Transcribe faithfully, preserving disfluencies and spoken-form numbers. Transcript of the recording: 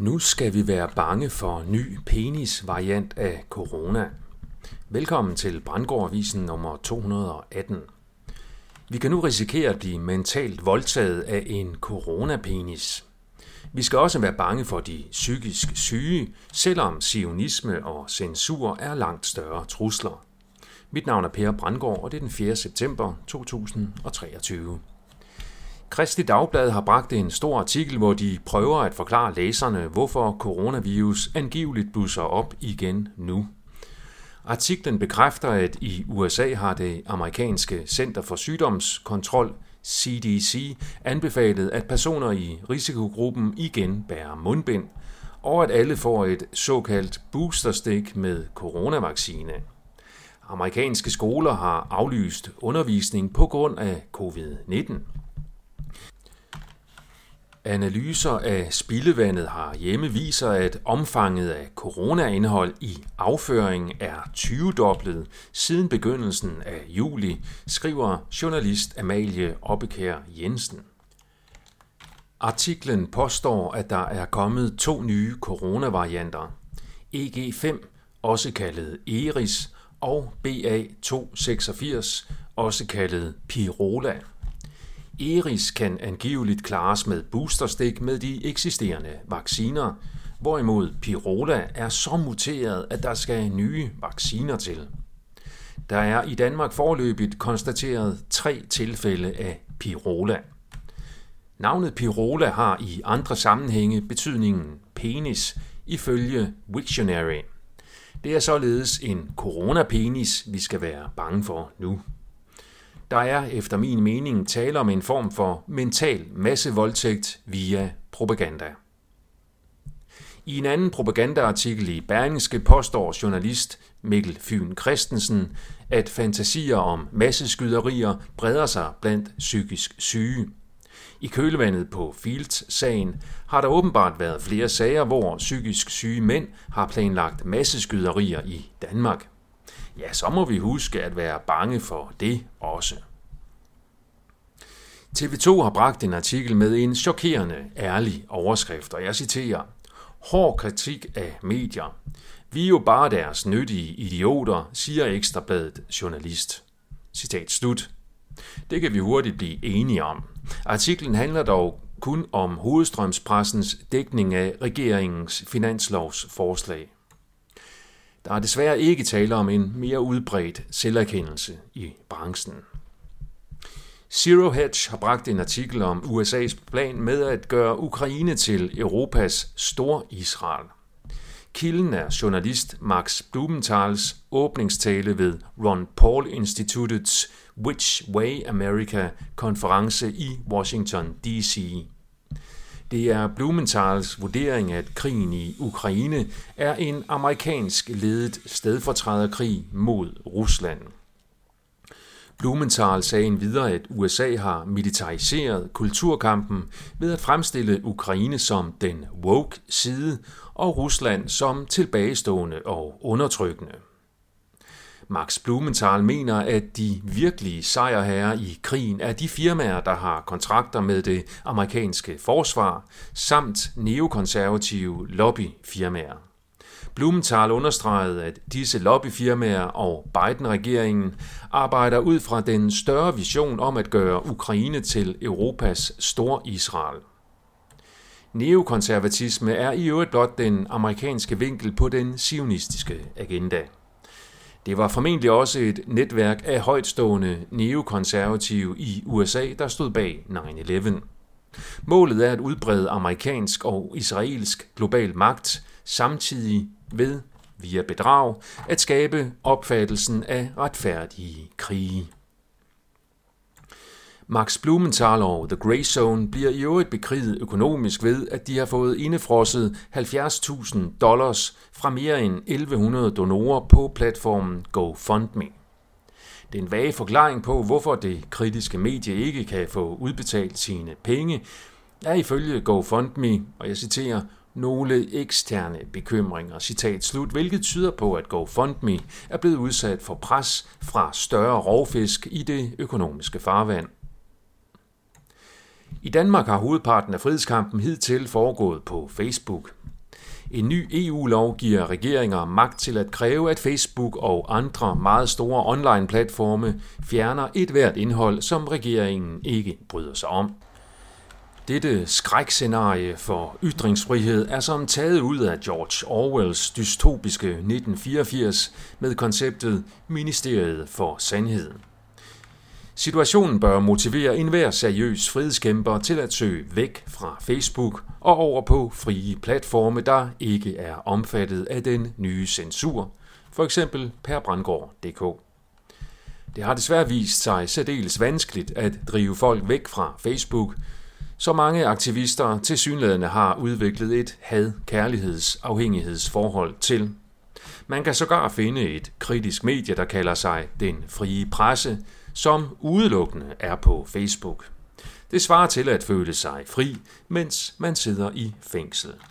Nu skal vi være bange for ny penis-variant af corona. Velkommen til Brandgård-avisen nummer to hundrede og atten. Vi kan nu risikere at blive mentalt voldtaget af en coronapenis. Vi skal også være bange for de psykisk syge, selvom zionisme og censur er langt større trusler. Mit navn er Per Brandgård, og det er den fjerde september to tusind og treogtyve. Kristeligt Dagblad har bragt en stor artikel, hvor de prøver at forklare læserne, hvorfor coronavirus angiveligt blusser op igen nu. Artiklen bekræfter, at i U S A har det amerikanske Center for Sygdomskontrol, C D C, anbefalet, at personer i risikogruppen igen bærer mundbind, og at alle får et såkaldt boosterstik med coronavaccine. Amerikanske skoler har aflyst undervisning på grund af covid nitten. Analyser af spildevandet herhjemme viser, at omfanget af coronaindhold i afføring er tyve-doblet siden begyndelsen af juli, skriver journalist Amalie Obbekær Jensen. Artiklen påstår, at der er kommet to nye coronavarianter, E G fem, også kaldet Eris, og B A to seksogfirs, også kaldet Pirola. Eris kan angiveligt klares med boosterstik med de eksisterende vacciner, hvorimod Pirola er så muteret, at der skal nye vacciner til. Der er i Danmark foreløbigt konstateret tre tilfælde af Pirola. Navnet Pirola har i andre sammenhænge betydningen penis, ifølge Wiktionary. Det er således en coronapenis, vi skal være bange for nu. Der er efter min mening tale om en form for mental massevoldtægt via propaganda. I en anden propagandaartikel i Berlingske påstår journalist Mikkel Fyn Christensen, at fantasier om masseskyderier breder sig blandt psykisk syge. I kølvandet på Fields-sagen har der åbenbart været flere sager, hvor psykisk syge mænd har planlagt masseskyderier i Danmark. Ja, så må vi huske at være bange for det også. T V to har bragt en artikel med en chokerende, ærlig overskrift, og jeg citerer: "Hård kritik af medier. Vi er jo bare deres nyttige idioter", siger Ekstrabladet journalist. Citat slut. Det kan vi hurtigt blive enige om. Artiklen handler dog kun om hovedstrømspressens dækning af regeringens finanslovsforslag. Der er desværre ikke tale om en mere udbredt selverkendelse i branchen. Zero Hedge har bragt en artikel om U S A's plan med at gøre Ukraine til Europas Stor-Israel. Kilden er journalist Max Blumenthal's åbningstale ved Ron Paul Instituttets Which Way America-konference i Washington D C. Det er Blumenthals vurdering, at krigen i Ukraine er en amerikansk ledet stedfortræderkrig mod Rusland. Blumenthal sagde endvidere, at U S A har militariseret kulturkampen ved at fremstille Ukraine som den woke side og Rusland som tilbagestående og undertrykkende. Max Blumenthal mener, at de virkelige sejrherrer i krigen er de firmaer, der har kontrakter med det amerikanske forsvar, samt neokonservative lobbyfirmaer. Blumenthal understregede, at disse lobbyfirmaer og Biden-regeringen arbejder ud fra den større vision om at gøre Ukraine til Europas Stor-Israel. Neokonservatisme er i øvrigt blot den amerikanske vinkel på den zionistiske agenda. Det var formentlig også et netværk af højtstående neokonservative i U S A, der stod bag nine eleven. Målet er at udbrede amerikansk og israelsk global magt, samtidig ved, via bedrag, at skabe opfattelsen af retfærdige krige. Max Blumenthal og The Grey Zone bliver i øvrigt bekriget økonomisk ved, at de har fået indefrosset halvfjerds tusind dollars fra mere end elleve hundrede donorer på platformen GoFundMe. Det er en vage forklaring på, hvorfor det kritiske medie ikke kan få udbetalt sine penge, er ifølge GoFundMe, og jeg citerer, nogle eksterne bekymringer, citat slut, hvilket tyder på, at GoFundMe er blevet udsat for pres fra større rovfisk i det økonomiske farvand. I Danmark har hovedparten af frihedskampen hidtil foregået på Facebook. En ny E U-lov giver regeringer magt til at kræve, at Facebook og andre meget store online-platforme fjerner et hvert indhold, som regeringen ikke bryder sig om. Dette skrækscenarie for ytringsfrihed er som taget ud af George Orwells dystopiske nitten fireogfirs med konceptet Ministeriet for Sandheden. Situationen bør motivere enhver seriøs frihedskæmper til at søge væk fra Facebook og over på frie platforme, der ikke er omfattet af den nye censur, for eksempel perbrandgaard punktum d k. Det har desværre vist sig særdeles vanskeligt at drive folk væk fra Facebook, så mange aktivister tilsyneladende har udviklet et had-kærlighedsafhængighedsforhold til. Man kan sågar finde et kritisk medie, der kalder sig Den Frie Presse, som udelukkende er på Facebook. Det svarer til at føle sig fri, mens man sidder i fængsel.